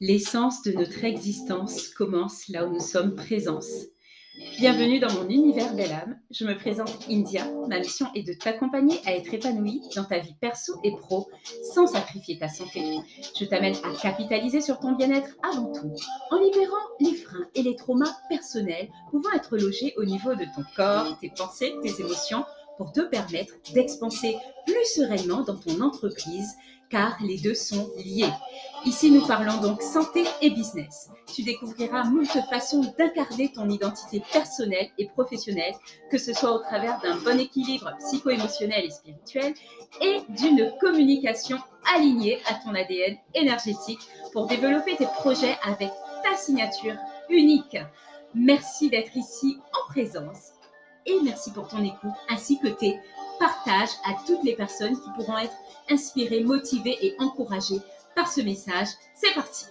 L'essence de notre existence commence là où nous sommes présence. Bienvenue dans mon univers belle âme. Je me présente India. Ma mission est de t'accompagner à être épanouie dans ta vie perso et pro sans sacrifier ta santé. Je t'amène à capitaliser sur ton bien-être avant tout, en libérant les freins et les traumas personnels pouvant être logés au niveau de ton corps, tes pensées, tes émotions, pour te permettre d'expanser plus sereinement dans ton entreprise, car les deux sont liés. Ici, nous parlons donc santé et business. Tu découvriras moult façons d'incarner ton identité personnelle et professionnelle, que ce soit au travers d'un bon équilibre psycho-émotionnel et spirituel et d'une communication alignée à ton ADN énergétique pour développer tes projets avec ta signature unique. Merci d'être ici en présence et merci pour ton écoute ainsi que tes partages à toutes les personnes qui pourront être inspirées, motivées et encouragées par ce message. C'est parti!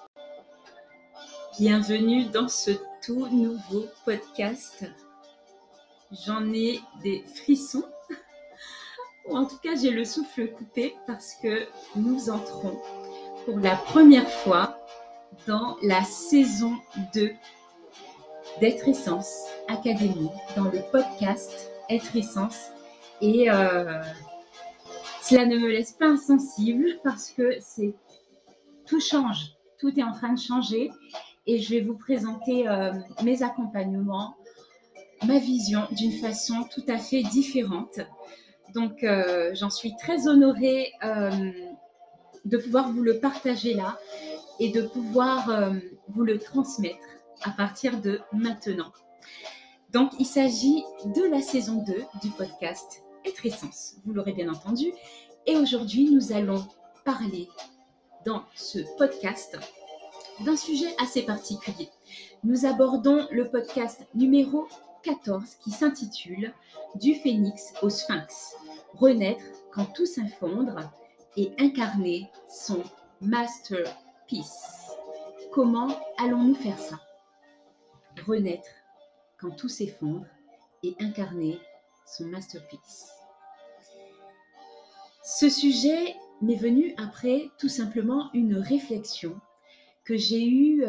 Bienvenue dans ce tout nouveau podcast. J'en ai des frissons, ou en tout cas j'ai le souffle coupé parce que nous entrons pour la première fois dans la saison 2 d'Être Essence Académie, dans le podcast Être Essence. Et cela ne me laisse pas insensible parce que tout change, tout est en train de changer et je vais vous présenter mes accompagnements, ma vision d'une façon tout à fait différente. Donc j'en suis très honorée de pouvoir vous le partager là et de pouvoir vous le transmettre à partir de maintenant. Donc il s'agit de la saison 2 du podcast Être Essence, vous l'aurez bien entendu. Et aujourd'hui, nous allons parler dans ce podcast d'un sujet assez particulier. Nous abordons le podcast numéro 14 qui s'intitule « Du phénix au sphinx, renaître quand tout s'effondre et incarner son masterpiece ». Comment allons-nous faire ça? Renaître quand tout s'effondre et incarner son masterpiece. Ce sujet m'est venu après tout simplement une réflexion que j'ai eue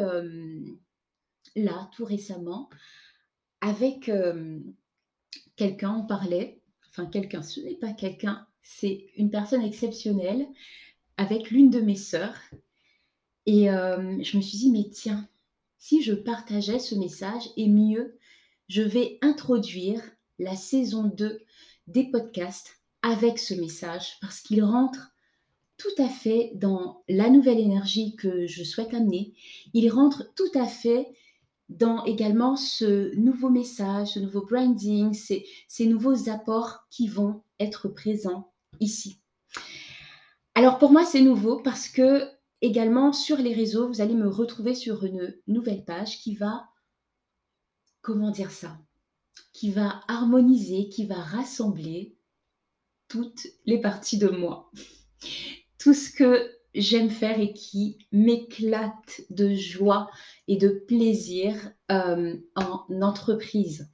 là tout récemment avec quelqu'un. On parlait, enfin quelqu'un, ce n'est pas quelqu'un, c'est une personne exceptionnelle avec l'une de mes sœurs. Et je me suis dit, mais tiens, si je partageais ce message, et mieux, je vais introduire la saison 2 des podcasts avec ce message parce qu'il rentre tout à fait dans la nouvelle énergie que je souhaite amener. Il rentre tout à fait dans également ce nouveau message, ce nouveau branding, ces nouveaux apports qui vont être présents ici. Alors pour moi, c'est nouveau parce que également sur les réseaux, vous allez me retrouver sur une nouvelle page qui va, comment dire ça, qui va harmoniser, qui va rassembler toutes les parties de moi. Tout ce que j'aime faire et qui m'éclate de joie et de plaisir en entreprise.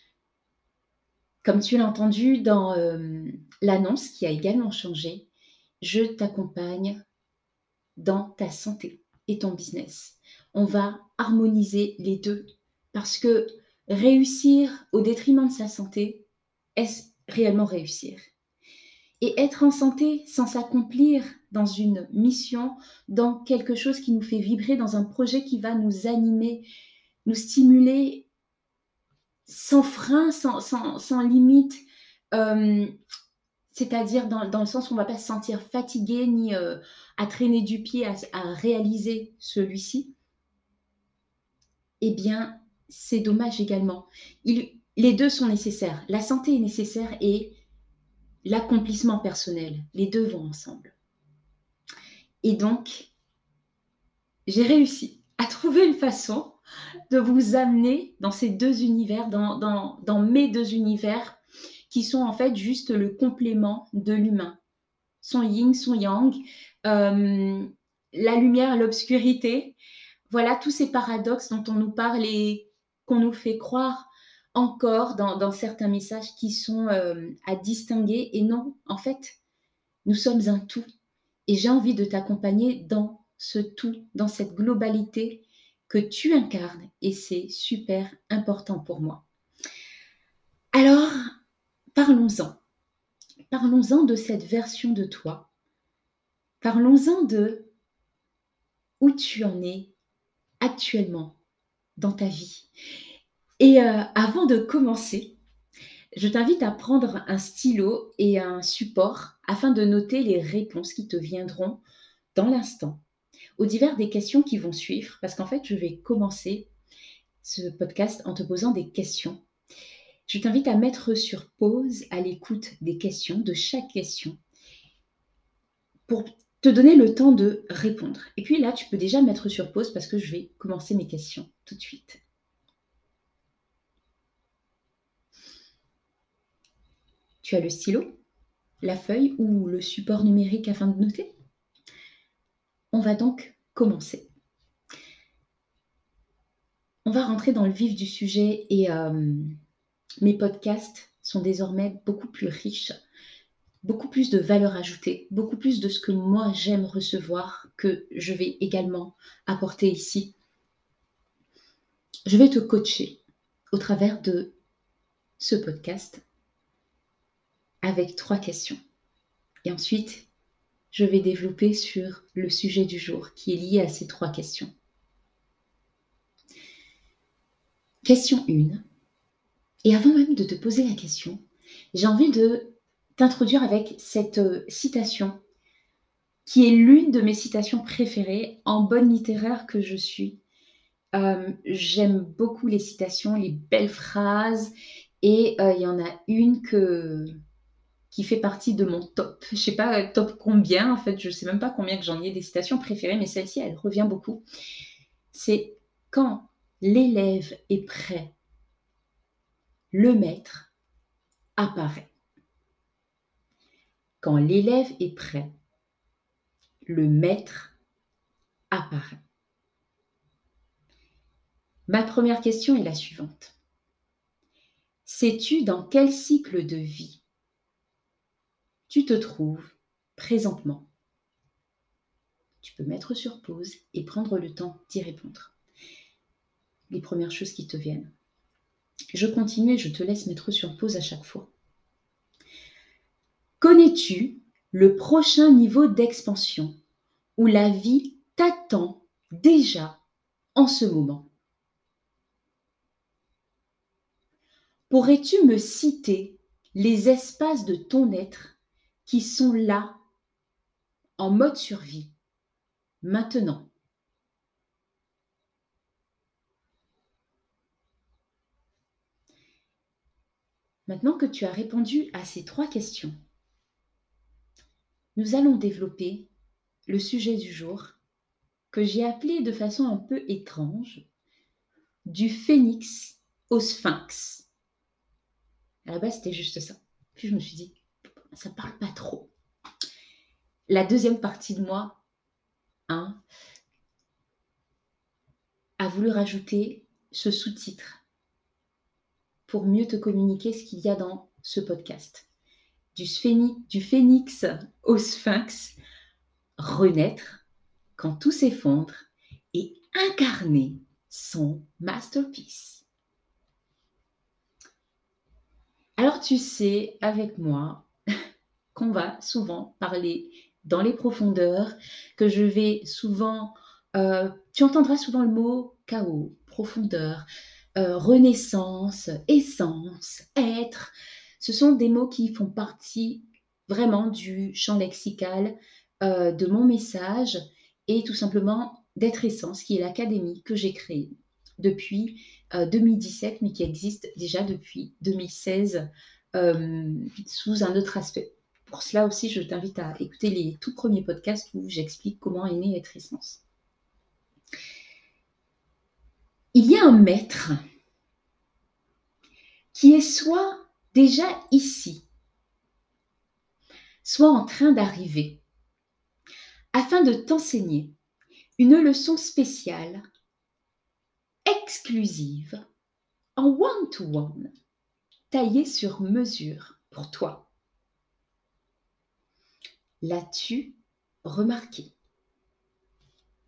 Comme tu l'as entendu dans l'annonce qui a également changé, je t'accompagne dans ta santé et ton business. On va harmoniser les deux parce que réussir au détriment de sa santé, est-ce réellement réussir? Et être en santé sans s'accomplir dans une mission, dans quelque chose qui nous fait vibrer, dans un projet qui va nous animer, nous stimuler sans frein, sans limite, c'est-à-dire dans le sens où on ne va pas se sentir fatigué ni à traîner du pied à réaliser celui-ci, eh bien, c'est dommage également. Les deux sont nécessaires. La santé est nécessaire et l'accomplissement personnel. Les deux vont ensemble. Et donc, j'ai réussi à trouver une façon de vous amener dans ces deux univers, dans mes deux univers, qui sont en fait juste le complément de l'humain. Son yin, son yang, la lumière, l'obscurité. Voilà tous ces paradoxes dont on nous parle et qu'on nous fait croire encore dans certains messages qui sont à distinguer. Et non, en fait, nous sommes un tout. Et j'ai envie de t'accompagner dans ce tout, dans cette globalité que tu incarnes et c'est super important pour moi. Alors, parlons-en. Parlons-en de cette version de toi. Parlons-en de où tu en es actuellement dans ta vie. Et avant de commencer, je t'invite à prendre un stylo et un support afin de noter les réponses qui te viendront dans l'instant aux divers des questions qui vont suivre, parce qu'en fait, je vais commencer ce podcast en te posant des questions. Je t'invite à mettre sur pause à l'écoute des questions, de chaque question, pour te donner le temps de répondre. Et puis là, tu peux déjà mettre sur pause parce que je vais commencer mes questions tout de suite. Tu as le stylo, la feuille ou le support numérique afin de noter? On va donc commencer. On va rentrer dans le vif du sujet et mes podcasts sont désormais beaucoup plus riches, beaucoup plus de valeur ajoutée, beaucoup plus de ce que moi j'aime recevoir que je vais également apporter ici. Je vais te coacher au travers de ce podcast avec 3 questions. Et ensuite, je vais développer sur le sujet du jour qui est lié à ces 3 questions. Question 1. Et avant même de te poser la question, j'ai envie de t'introduire avec cette citation qui est l'une de mes citations préférées en bonne littéraire que je suis. J'aime beaucoup les citations, les belles phrases et il y en a une qui fait partie de mon top. Je ne sais pas top combien, en fait, je ne sais même pas combien que j'en ai des citations préférées, mais celle-ci, elle revient beaucoup. C'est quand l'élève est prêt, le maître apparaît. Quand l'élève est prêt, le maître apparaît. Ma première question est la suivante. Sais-tu dans quel cycle de vie tu te trouves présentement? Tu peux mettre sur pause et prendre le temps d'y répondre. Les premières choses qui te viennent. Je continue et je te laisse mettre sur pause à chaque fois. Connais-tu le prochain niveau d'expansion où la vie t'attend déjà en ce moment? Pourrais-tu me citer les espaces de ton être qui sont là, en mode survie, maintenant? Maintenant que tu as répondu à ces 3 questions, nous allons développer le sujet du jour que j'ai appelé de façon un peu étrange du phénix au sphinx. À la base, c'était juste ça. Puis je me suis dit, ça parle pas trop. La deuxième partie de moi hein, a voulu rajouter ce sous-titre pour mieux te communiquer ce qu'il y a dans ce podcast. Du phénix au sphinx, renaître quand tout s'effondre et incarner son masterpiece. Alors tu sais, avec moi, qu'on va souvent parler dans les profondeurs, que je vais souvent, tu entendras souvent le mot chaos, profondeur, renaissance, essence, être. Ce sont des mots qui font partie vraiment du champ lexical de mon message et tout simplement d'être essence, qui est l'académie que j'ai créée depuis 2017, mais qui existe déjà depuis 2016 sous un autre aspect. Pour cela aussi, je t'invite à écouter les tout premiers podcasts où j'explique comment est née Être Essence. Il y a un maître qui est soit déjà ici, soit en train d'arriver, afin de t'enseigner une leçon spéciale, exclusive, en one-to-one, taillée sur mesure pour toi. L'as-tu remarqué?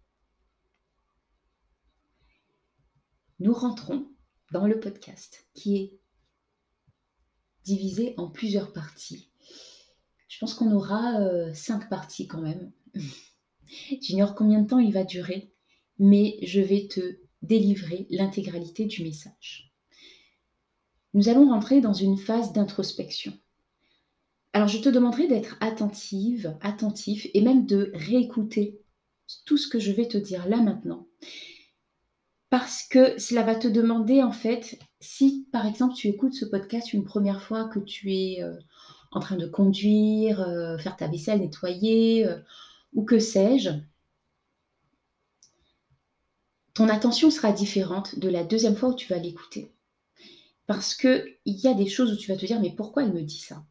nous rentrons dans le podcast qui est divisé en plusieurs parties. Je pense qu'on aura 5 parties quand même. J'ignore combien de temps il va durer, mais je vais te délivrer l'intégralité du message. Nous allons rentrer dans une phase d'introspection. Alors je te demanderai d'être attentive, attentif et même de réécouter tout ce que je vais te dire là maintenant. Parce que cela va te demander en fait, si par exemple tu écoutes ce podcast une première fois que tu es en train de conduire, faire ta vaisselle, nettoyer ou que sais-je, ton attention sera différente de la deuxième fois où tu vas l'écouter. Parce qu'il y a des choses où tu vas te dire, mais pourquoi elle me dit ça?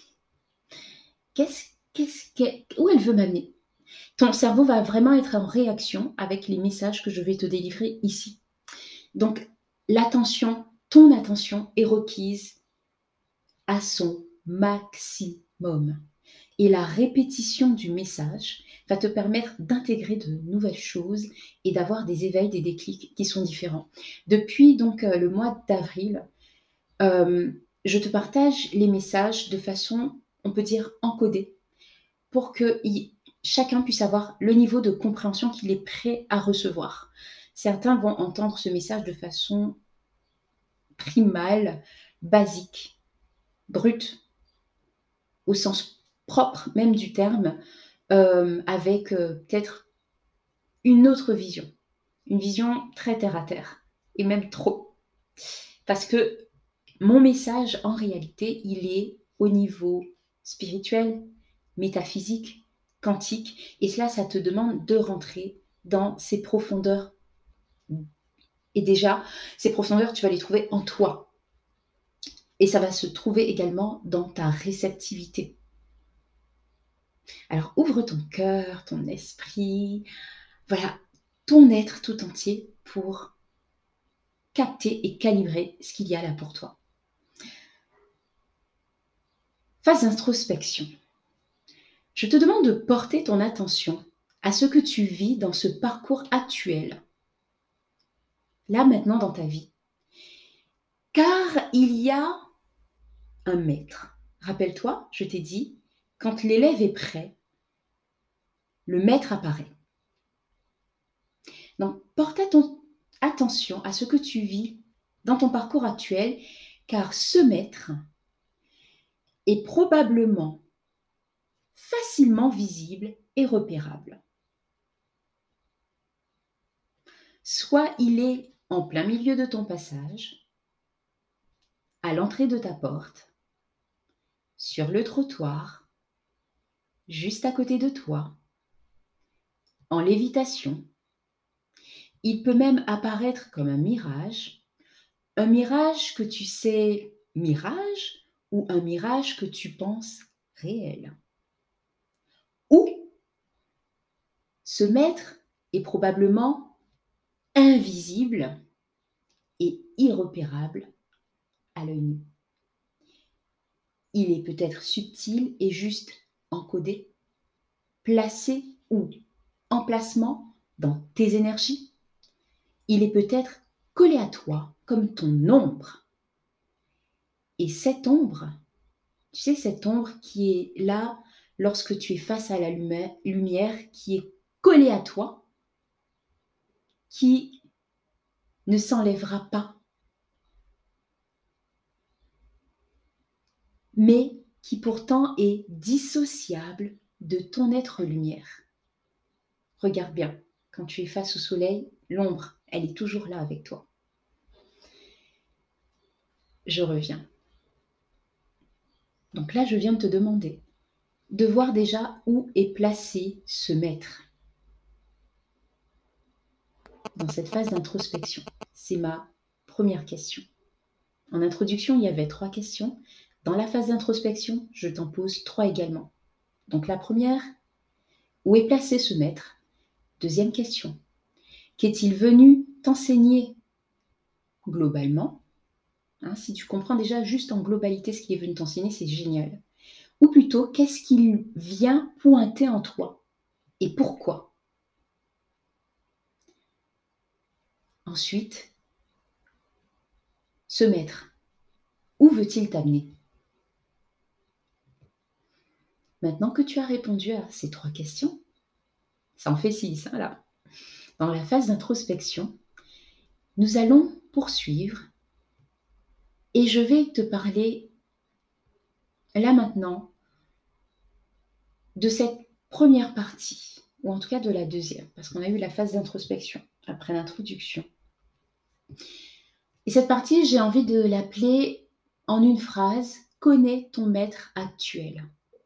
Où elle veut m'amener? Ton cerveau va vraiment être en réaction avec les messages que je vais te délivrer ici. Donc, l'attention, ton attention est requise à son maximum. Et la répétition du message va te permettre d'intégrer de nouvelles choses et d'avoir des éveils, des déclics qui sont différents. Depuis donc le mois d'avril, je te partage les messages de façon, on peut dire, encodée, pour que chacun puisse avoir le niveau de compréhension qu'il est prêt à recevoir. Certains vont entendre ce message de façon primale, basique, brute, au sens propre même du terme, avec peut-être une autre vision, une vision très terre à terre, et même trop. Parce que mon message, en réalité, il est au niveau spirituel, métaphysique, quantique, et cela, ça te demande de rentrer dans ces profondeurs. Et déjà, ces profondeurs, tu vas les trouver en toi. Et ça va se trouver également dans ta réceptivité. Alors, ouvre ton cœur, ton esprit, voilà, ton être tout entier pour capter et calibrer ce qu'il y a là pour toi. Phase d'introspection. Je te demande de porter ton attention à ce que tu vis dans ce parcours actuel, là maintenant dans ta vie. Car il y a un maître. Rappelle-toi, je t'ai dit, quand l'élève est prêt, le maître apparaît. Donc, porte attention à ce que tu vis dans ton parcours actuel, car ce maître est probablement facilement visible et repérable. Soit il est en plein milieu de ton passage, à l'entrée de ta porte, sur le trottoir, juste à côté de toi, en lévitation. Il peut même apparaître comme un mirage que tu sais mirage ou un mirage que tu penses réel. Ou ce maître est probablement invisible et irrepérable à l'œil nu. Il est peut-être subtil et juste encodé, placé ou emplacement dans tes énergies. Il est peut-être collé à toi comme ton ombre. Et cette ombre, tu sais, cette ombre qui est là lorsque tu es face à la lumière, qui est collée à toi, qui ne s'enlèvera pas, mais qui pourtant est dissociable de ton être lumière. Regarde bien, quand tu es face au soleil, l'ombre, elle est toujours là avec toi. Je reviens. Donc là, je viens de te demander de voir déjà où est placé ce maître dans cette phase d'introspection. C'est ma première question. En introduction, il y avait 3 questions. Dans la phase d'introspection, je t'en pose 3 également. Donc la première, où est placé ce maître? Deuxième question, qu'est-il venu t'enseigner globalement? Si tu comprends déjà juste en globalité ce qu'il est venu t'enseigner, c'est génial. Ou plutôt, qu'est-ce qu'il vient pointer en toi? Et pourquoi? Ensuite, se mettre, où veut-il t'amener? Maintenant que tu as répondu à ces 3 questions, ça en fait 6, hein, là. Dans la phase d'introspection, nous allons poursuivre et je vais te parler, là maintenant, de cette première partie, ou en tout cas de la deuxième, parce qu'on a eu la phase d'introspection après l'introduction. Et cette partie, j'ai envie de l'appeler en une phrase: connais ton maître actuel.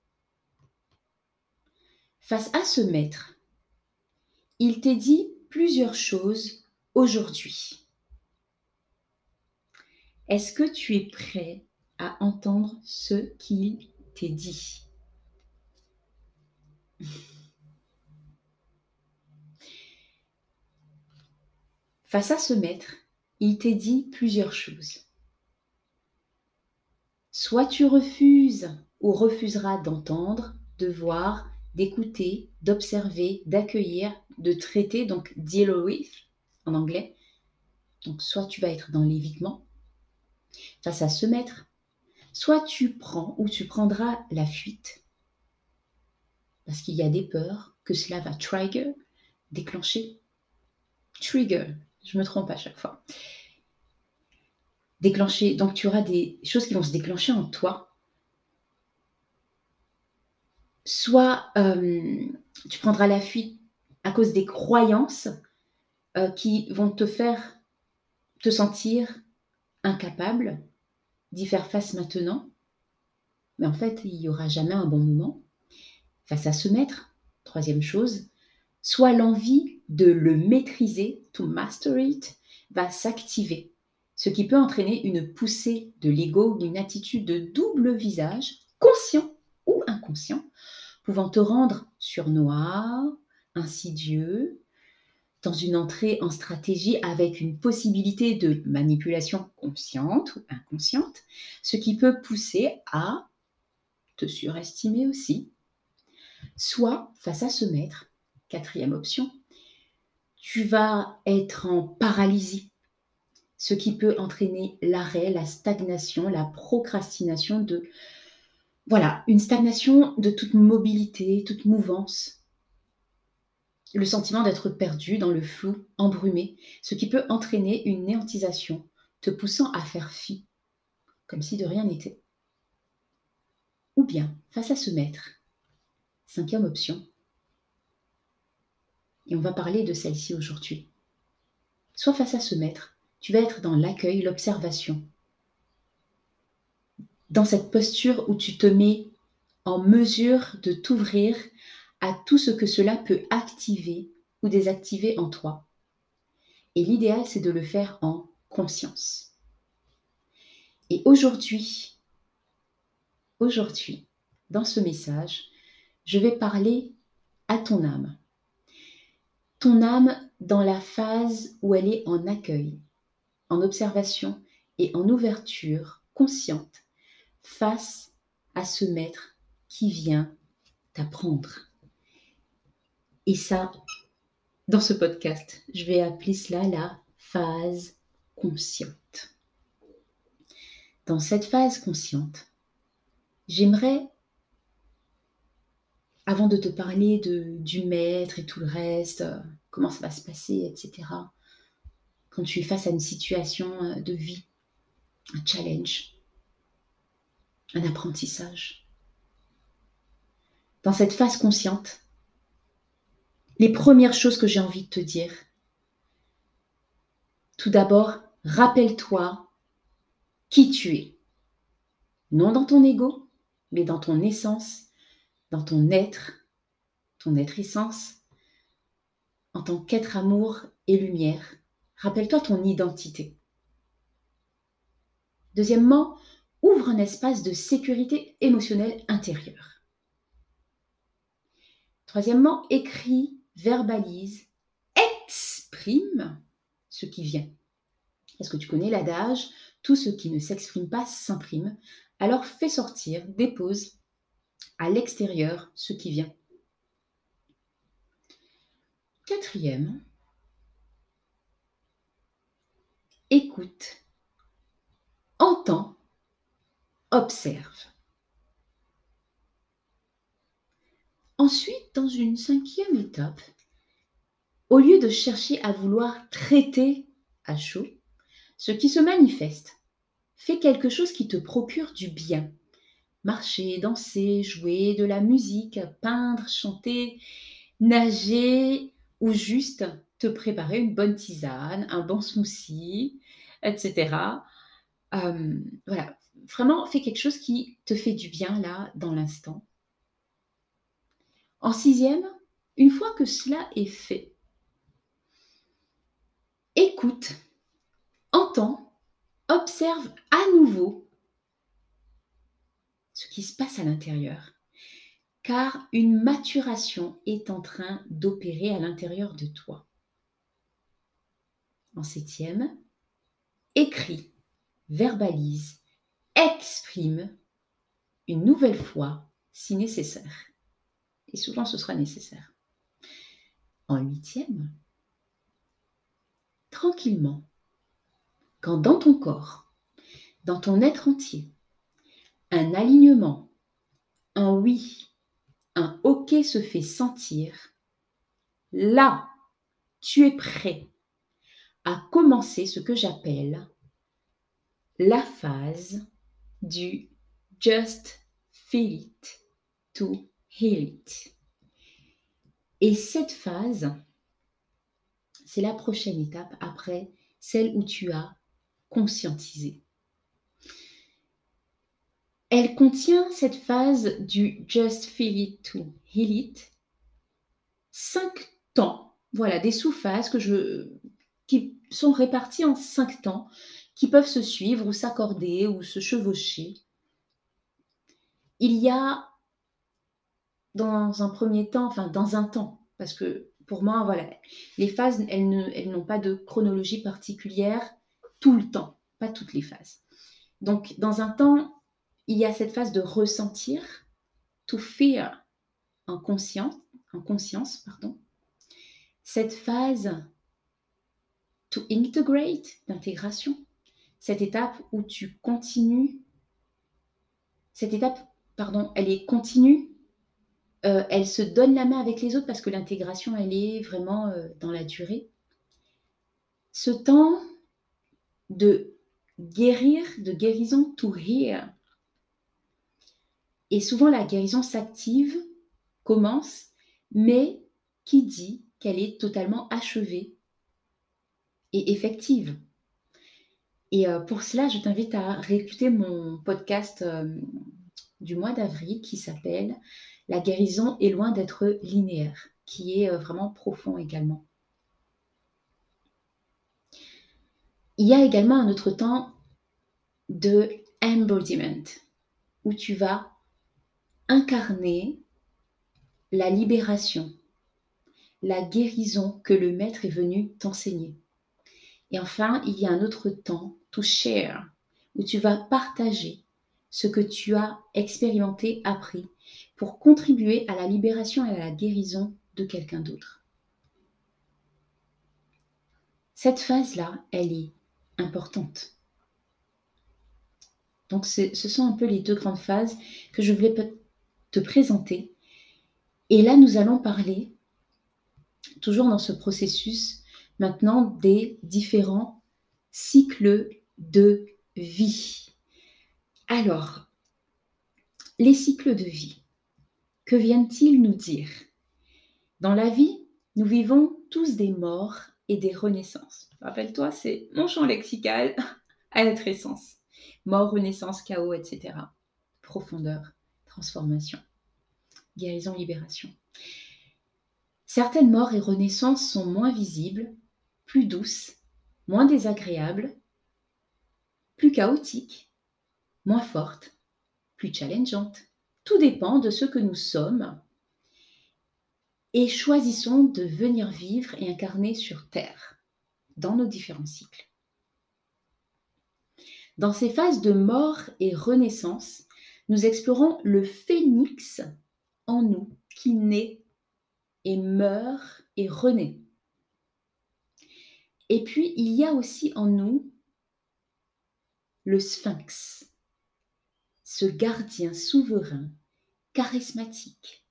Face à ce maître, il t'est dit plusieurs choses aujourd'hui. Est-ce que tu es prêt à entendre ce qu'il t'est dit? Face à ce maître, il t'est dit plusieurs choses. Soit tu refuses ou refuseras d'entendre, de voir, d'écouter, d'observer, d'accueillir, de traiter, donc deal with en anglais. Donc soit tu vas être dans l'évitement face à ce maître, soit tu prends ou tu prendras la fuite parce qu'il y a des peurs que cela va déclencher, trigger, je me trompe à chaque fois, déclencher, donc tu auras des choses qui vont se déclencher en toi. Soit tu prendras la fuite à cause des croyances qui vont te faire te sentir incapable d'y faire face maintenant, mais en fait, il n'y aura jamais un bon moment face à ce maître. Troisième chose, soit l'envie de le maîtriser, to master it, va s'activer, ce qui peut entraîner une poussée de l'ego, une attitude de double visage, conscient ou inconscient, pouvant te rendre sournois, insidieux, dans une entrée en stratégie avec une possibilité de manipulation consciente ou inconsciente, ce qui peut pousser à te surestimer aussi. Soit, face à ce maître, quatrième option, tu vas être en paralysie, ce qui peut entraîner l'arrêt, la stagnation, la procrastination une stagnation de toute mobilité, toute mouvance. Le sentiment d'être perdu dans le flou, embrumé, ce qui peut entraîner une néantisation, te poussant à faire fi, comme si de rien n'était. Ou bien, face à ce maître, cinquième option, et on va parler de celle-ci aujourd'hui. Soit face à ce maître, tu vas être dans l'accueil, l'observation, dans cette posture où tu te mets en mesure de t'ouvrir à tout ce que cela peut activer ou désactiver en toi. Et l'idéal, c'est de le faire en conscience. Et aujourd'hui, dans ce message, je vais parler à ton âme. Ton âme dans la phase où elle est en accueil, en observation et en ouverture consciente face à ce maître qui vient t'apprendre. Et ça, dans ce podcast, je vais appeler cela la phase consciente. Dans cette phase consciente, j'aimerais, avant de te parler du maître et tout le reste, comment ça va se passer, etc., quand tu es face à une situation de vie, un challenge, un apprentissage, dans cette phase consciente, les premières choses que j'ai envie de te dire, tout d'abord, rappelle-toi qui tu es. Non dans ton ego, mais dans ton essence, dans ton être essence, en tant qu'être amour et lumière. Rappelle-toi ton identité. Deuxièmement, ouvre un espace de sécurité émotionnelle intérieure. Troisièmement, écris, verbalise, exprime ce qui vient. Est-ce que tu connais l'adage? Tout ce qui ne s'exprime pas s'imprime. Alors fais sortir, dépose à l'extérieur ce qui vient. Quatrième, écoute observe. Ensuite, dans une 5e étape, au lieu de chercher à vouloir traiter à chaud ce qui se manifeste, fais quelque chose qui te procure du bien. Marcher, danser, jouer de la musique, peindre, chanter, nager ou juste te préparer une bonne tisane, un bon smoothie, etc. Voilà, vraiment fais quelque chose qui te fait du bien là, dans l'instant. En 6e, une fois que cela est fait, écoute, entends, observe à nouveau ce qui se passe à l'intérieur, car une maturation est en train d'opérer à l'intérieur de toi. En 7e, écris, verbalise, exprime une nouvelle fois si nécessaire. Et souvent ce sera nécessaire. En 8e, tranquillement, quand dans ton corps, dans ton être entier, un alignement, un oui, un OK se fait sentir, là, tu es prêt à commencer ce que j'appelle la phase du just feel it to heal it. Et cette phase, c'est la prochaine étape après celle où tu as conscientisé. Elle contient, cette phase du just feel it to heal it, 5 temps, voilà, des sous-phases qui sont réparties en 5 temps, qui peuvent se suivre ou s'accorder ou se chevaucher. Il y a dans un premier temps, enfin dans un temps, parce que pour moi, voilà, les phases, elles n'ont pas de chronologie particulière tout le temps, pas toutes les phases. Donc dans un temps, il y a cette phase de ressentir, to feel en conscience, pardon. Cette phase to integrate, d'intégration, cette étape où tu continues, cette étape, pardon, elle est continue, elle se donne la main avec les autres parce que l'intégration, elle est vraiment dans la durée. Ce temps de guérir, de guérison, to heal, et souvent la guérison s'active, commence, mais qui dit qu'elle est totalement achevée et effective. Et pour cela, je t'invite à réécouter mon podcast du mois d'avril qui s'appelle La guérison est loin d'être linéaire, qui est vraiment profond également. Il y a également un autre temps de embodiment, où tu vas incarner la libération, la guérison que le maître est venu t'enseigner. Et enfin, il y a un autre temps, to share, où tu vas partager ce que tu as expérimenté, appris, pour contribuer à la libération et à la guérison de quelqu'un d'autre. Cette phase-là, elle est importante. Donc, ce sont un peu les 2 grandes phases que je voulais te présenter. Et là, nous allons parler, toujours dans ce processus, maintenant des différents cycles de vie. Alors, les cycles de vie, que viennent-ils nous dire? Dans la vie, nous vivons tous des morts et des renaissances. Rappelle-toi, c'est mon champ lexical à notre essence. Mort, renaissance, chaos, etc. Profondeur, transformation, guérison, libération. Certaines morts et renaissances sont moins visibles, plus douces, moins désagréables, plus chaotiques, moins fortes, plus challengeantes. Tout dépend de ce que nous sommes et choisissons de venir vivre et incarner sur Terre, dans nos différents cycles. Dans ces phases de mort et renaissance, nous explorons le phénix en nous qui naît et meurt et renaît. Et puis, il y a aussi en nous le sphinx. ce gardien souverain, charismatique,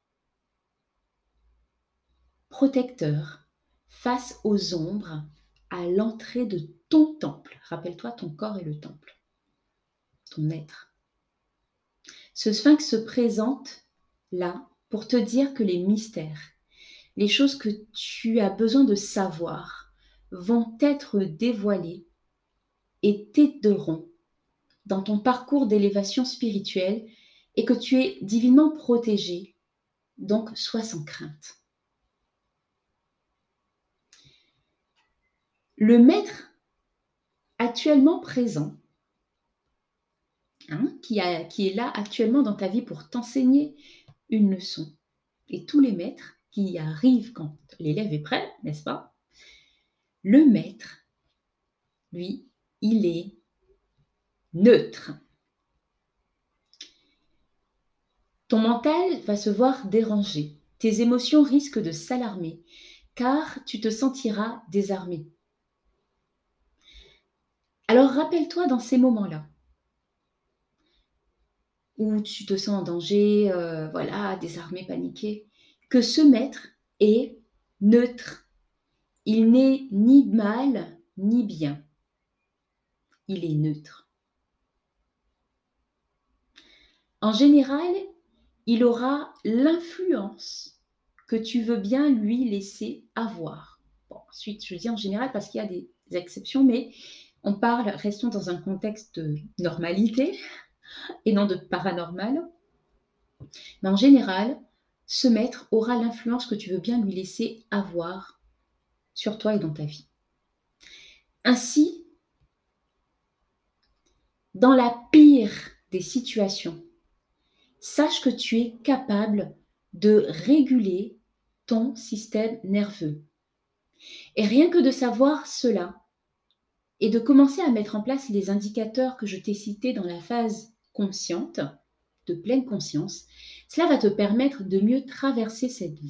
protecteur, face aux ombres, à l'entrée de ton temple. Rappelle-toi, ton corps est le temple, ton être. Ce sphinx se présente là pour te dire que les mystères, les choses que tu as besoin de savoir vont être dévoilées et t'aideront dans ton parcours d'élévation spirituelle et que tu es divinement protégé, donc sois sans crainte. Le maître actuellement présent, qui est là actuellement dans ta vie pour t'enseigner une leçon, et tous les maîtres qui arrivent quand l'élève est prêt, n'est-ce pas? Le maître, lui, il est neutre. Ton mental va se voir dérangé. Tes émotions risquent de s'alarmer, car tu te sentiras désarmé. Alors rappelle-toi dans ces moments-là, où tu te sens en danger, voilà, désarmé, paniqué, que ce maître est neutre. Il n'est ni mal ni bien. Il est neutre. En général, il aura l'influence que tu veux bien lui laisser avoir. Bon, ensuite, je dis en général parce qu'il y a des exceptions, mais on parle, restons dans un contexte de normalité et non de paranormal. Mais en général, ce maître aura l'influence que tu veux bien lui laisser avoir sur toi et dans ta vie. Ainsi, dans la pire des situations, sache que tu es capable de réguler ton système nerveux. Et rien que de savoir cela et de commencer à mettre en place les indicateurs que je t'ai cités dans la phase consciente, de pleine conscience, cela va te permettre de mieux traverser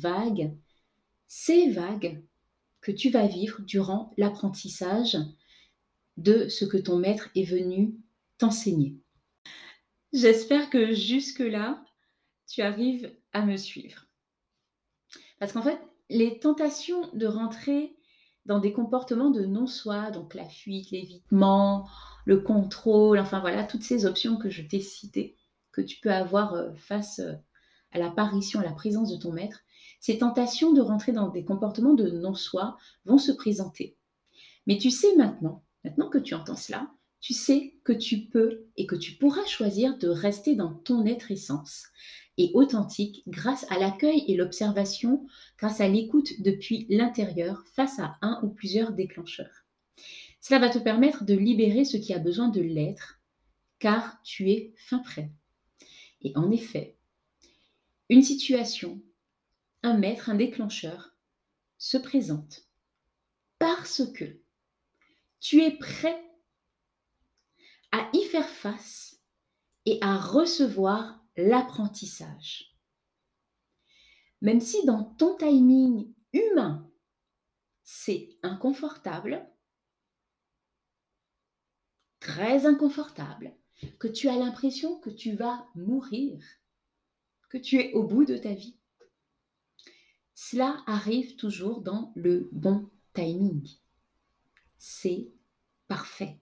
ces vagues que tu vas vivre durant l'apprentissage de ce que ton maître est venu t'enseigner. J'espère que jusque-là, tu arrives à me suivre. Parce qu'en fait, les tentations de rentrer dans des comportements de non-soi, donc la fuite, l'évitement, le contrôle, enfin voilà, toutes ces options que je t'ai citées, que tu peux avoir face à l'apparition, à la présence de ton maître, ces tentations de rentrer dans des comportements de non-soi vont se présenter. Mais tu sais maintenant que tu entends cela, tu sais que tu peux et que tu pourras choisir de rester dans ton être essence et authentique grâce à l'accueil et l'observation, grâce à l'écoute depuis l'intérieur face à un ou plusieurs déclencheurs. Cela va te permettre de libérer ce qui a besoin de l'être, car tu es fin prêt. Et en effet, une situation, un maître, un déclencheur se présente parce que tu es prêt à y faire face et à recevoir l'apprentissage. Même si dans ton timing humain, c'est inconfortable, très inconfortable, que tu as l'impression que tu vas mourir, que tu es au bout de ta vie, cela arrive toujours dans le bon timing. C'est parfait.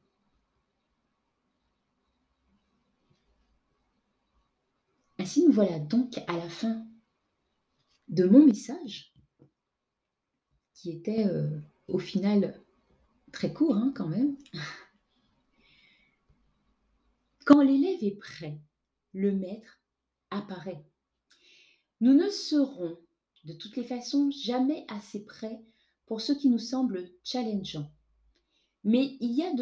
Ainsi, nous voilà donc à la fin de mon message, qui était au final très court quand même. Quand l'élève est prêt, le maître apparaît. Nous ne serons de toutes les façons jamais assez prêts pour ce qui nous semble challengeant. Mais il y a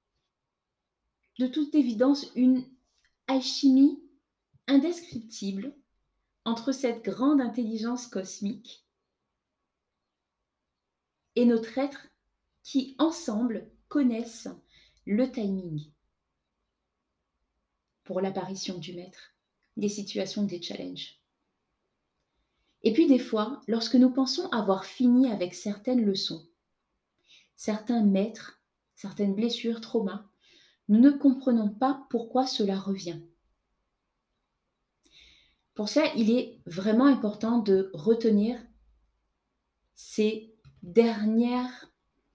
de toute évidence une alchimie indescriptible entre cette grande intelligence cosmique et notre être qui, ensemble, connaissent le timing pour l'apparition du maître, des situations, des challenges. Et puis des fois, lorsque nous pensons avoir fini avec certaines leçons, certains maîtres, certaines blessures, traumas, nous ne comprenons pas pourquoi cela revient. Pour ça, il est vraiment important de retenir ces dernières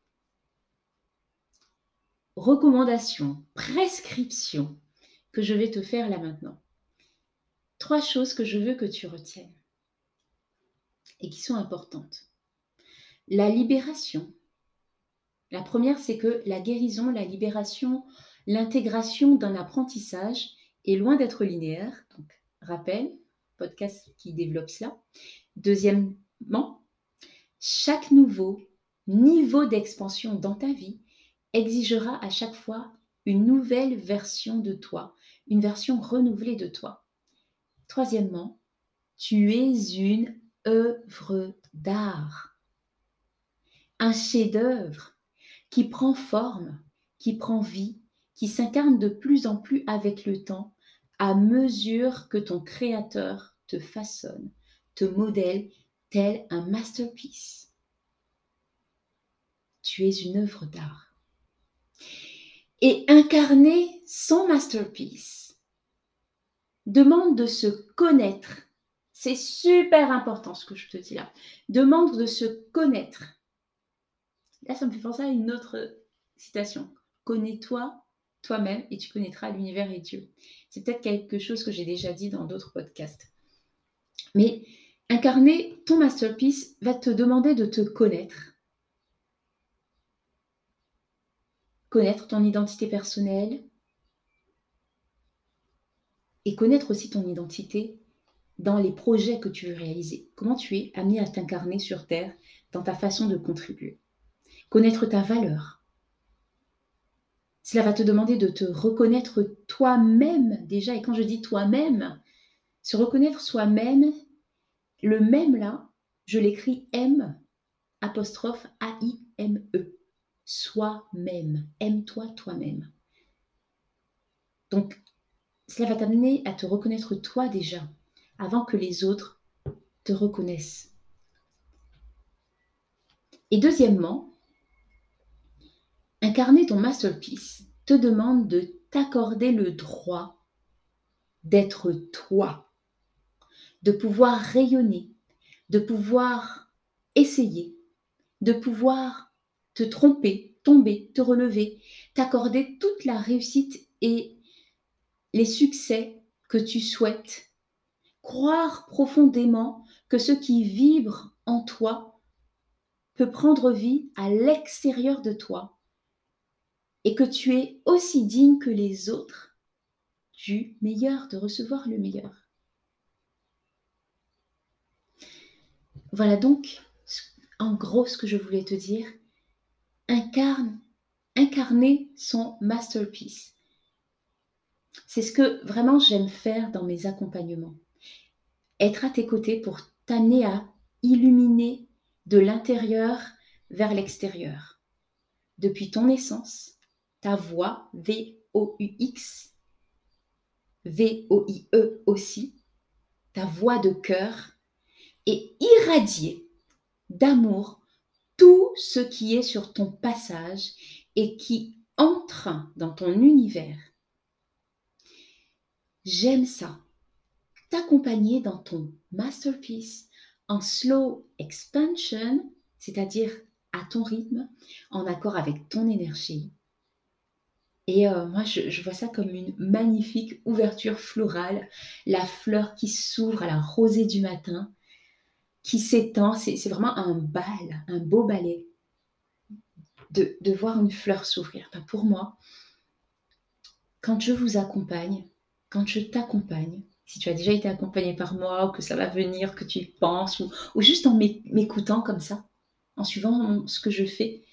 recommandations, prescriptions que je vais te faire là maintenant. 3 choses que je veux que tu retiennes et qui sont importantes. La libération. La première, c'est que la guérison, la libération, l'intégration d'un apprentissage est loin d'être linéaire. Donc, rappel, podcast qui développe cela. Deuxièmement, chaque nouveau niveau d'expansion dans ta vie exigera à chaque fois une nouvelle version de toi, une version renouvelée de toi. Troisièmement, tu es une œuvre d'art, un chef-d'œuvre qui prend forme, qui prend vie, qui s'incarne de plus en plus avec le temps, à mesure que ton créateur te façonne, te modèle tel un masterpiece. Tu es une œuvre d'art. Et incarner son masterpiece demande de se connaître. C'est super important ce que je te dis là. Demande de se connaître. Là, ça me fait penser à une autre citation. Connais-toi toi-même et tu connaîtras l'univers et Dieu. C'est peut-être quelque chose que j'ai déjà dit dans d'autres podcasts. Mais incarner ton masterpiece va te demander de te connaître. Connaître ton identité personnelle et connaître aussi ton identité dans les projets que tu veux réaliser. Comment tu es amené à t'incarner sur Terre dans ta façon de contribuer. Connaître ta valeur. Cela va te demander de te reconnaître toi-même déjà. Et quand je dis toi-même, se reconnaître soi-même, le même là, je l'écris M apostrophe A-I-M-E. Soi-même. Aime-toi toi-même. Donc, cela va t'amener à te reconnaître toi déjà, avant que les autres te reconnaissent. Et deuxièmement, incarner ton masterpiece te demande de t'accorder le droit d'être toi, de pouvoir rayonner, de pouvoir essayer, de pouvoir te tromper, tomber, te relever, t'accorder toute la réussite et les succès que tu souhaites. Croire profondément que ce qui vibre en toi peut prendre vie à l'extérieur de toi et que tu es aussi digne que les autres du meilleur, de recevoir le meilleur. Voilà donc en gros ce que je voulais te dire. Incarner son masterpiece. C'est ce que vraiment j'aime faire dans mes accompagnements. Être à tes côtés pour t'amener à illuminer de l'intérieur vers l'extérieur. Depuis ton essence, ta voix, V-O-U-X, V-O-I-E aussi, ta voix de cœur, et irradier d'amour tout ce qui est sur ton passage et qui entre dans ton univers. J'aime ça. T'accompagner dans ton masterpiece en slow expansion, c'est-à-dire à ton rythme, en accord avec ton énergie. Et moi, je vois ça comme une magnifique ouverture florale, la fleur qui s'ouvre à la rosée du matin, qui s'étend. C'est vraiment un bal, un beau ballet de voir une fleur s'ouvrir. Ben, pour moi, quand je vous accompagne, quand je t'accompagne, si tu as déjà été accompagné par moi ou que ça va venir, que tu y penses, ou juste en m'écoutant comme ça, en suivant ce que je fais,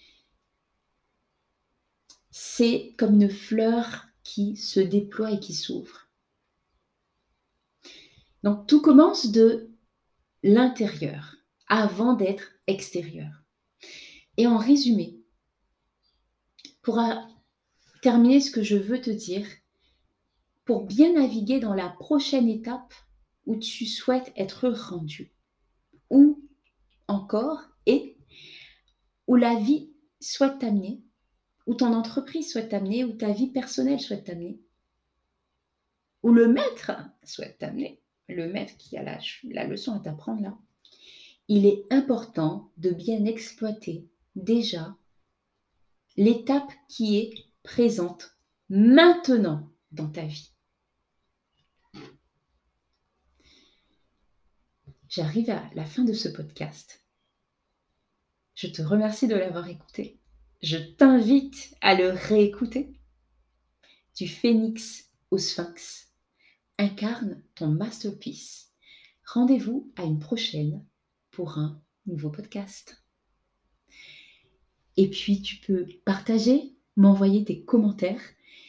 c'est comme une fleur qui se déploie et qui s'ouvre. Donc tout commence de l'intérieur avant d'être extérieur. Et en résumé, pour terminer ce que je veux te dire, pour bien naviguer dans la prochaine étape où tu souhaites être rendu, ou encore, et où la vie souhaite t'amener, où ton entreprise souhaite t'amener, où ta vie personnelle souhaite t'amener, où le maître souhaite t'amener, le maître qui a la leçon à t'apprendre là, il est important de bien exploiter déjà l'étape qui est présente maintenant dans ta vie. J'arrive à la fin de ce podcast. Je te remercie de l'avoir écouté. Je t'invite à le réécouter. Du phénix au sphinx, incarne ton masterpiece. Rendez-vous à une prochaine pour un nouveau podcast. Et puis, tu peux partager, m'envoyer tes commentaires,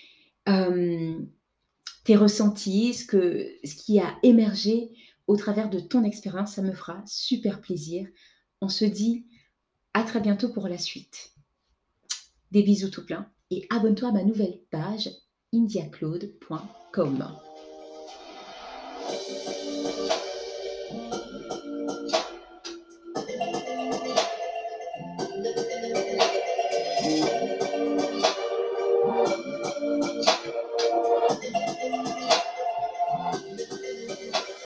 tes ressentis, ce qui a émergé au travers de ton expérience. Ça me fera super plaisir. On se dit à très bientôt pour la suite. Des bisous tout plein et abonne-toi à ma nouvelle page indiaclaude.com.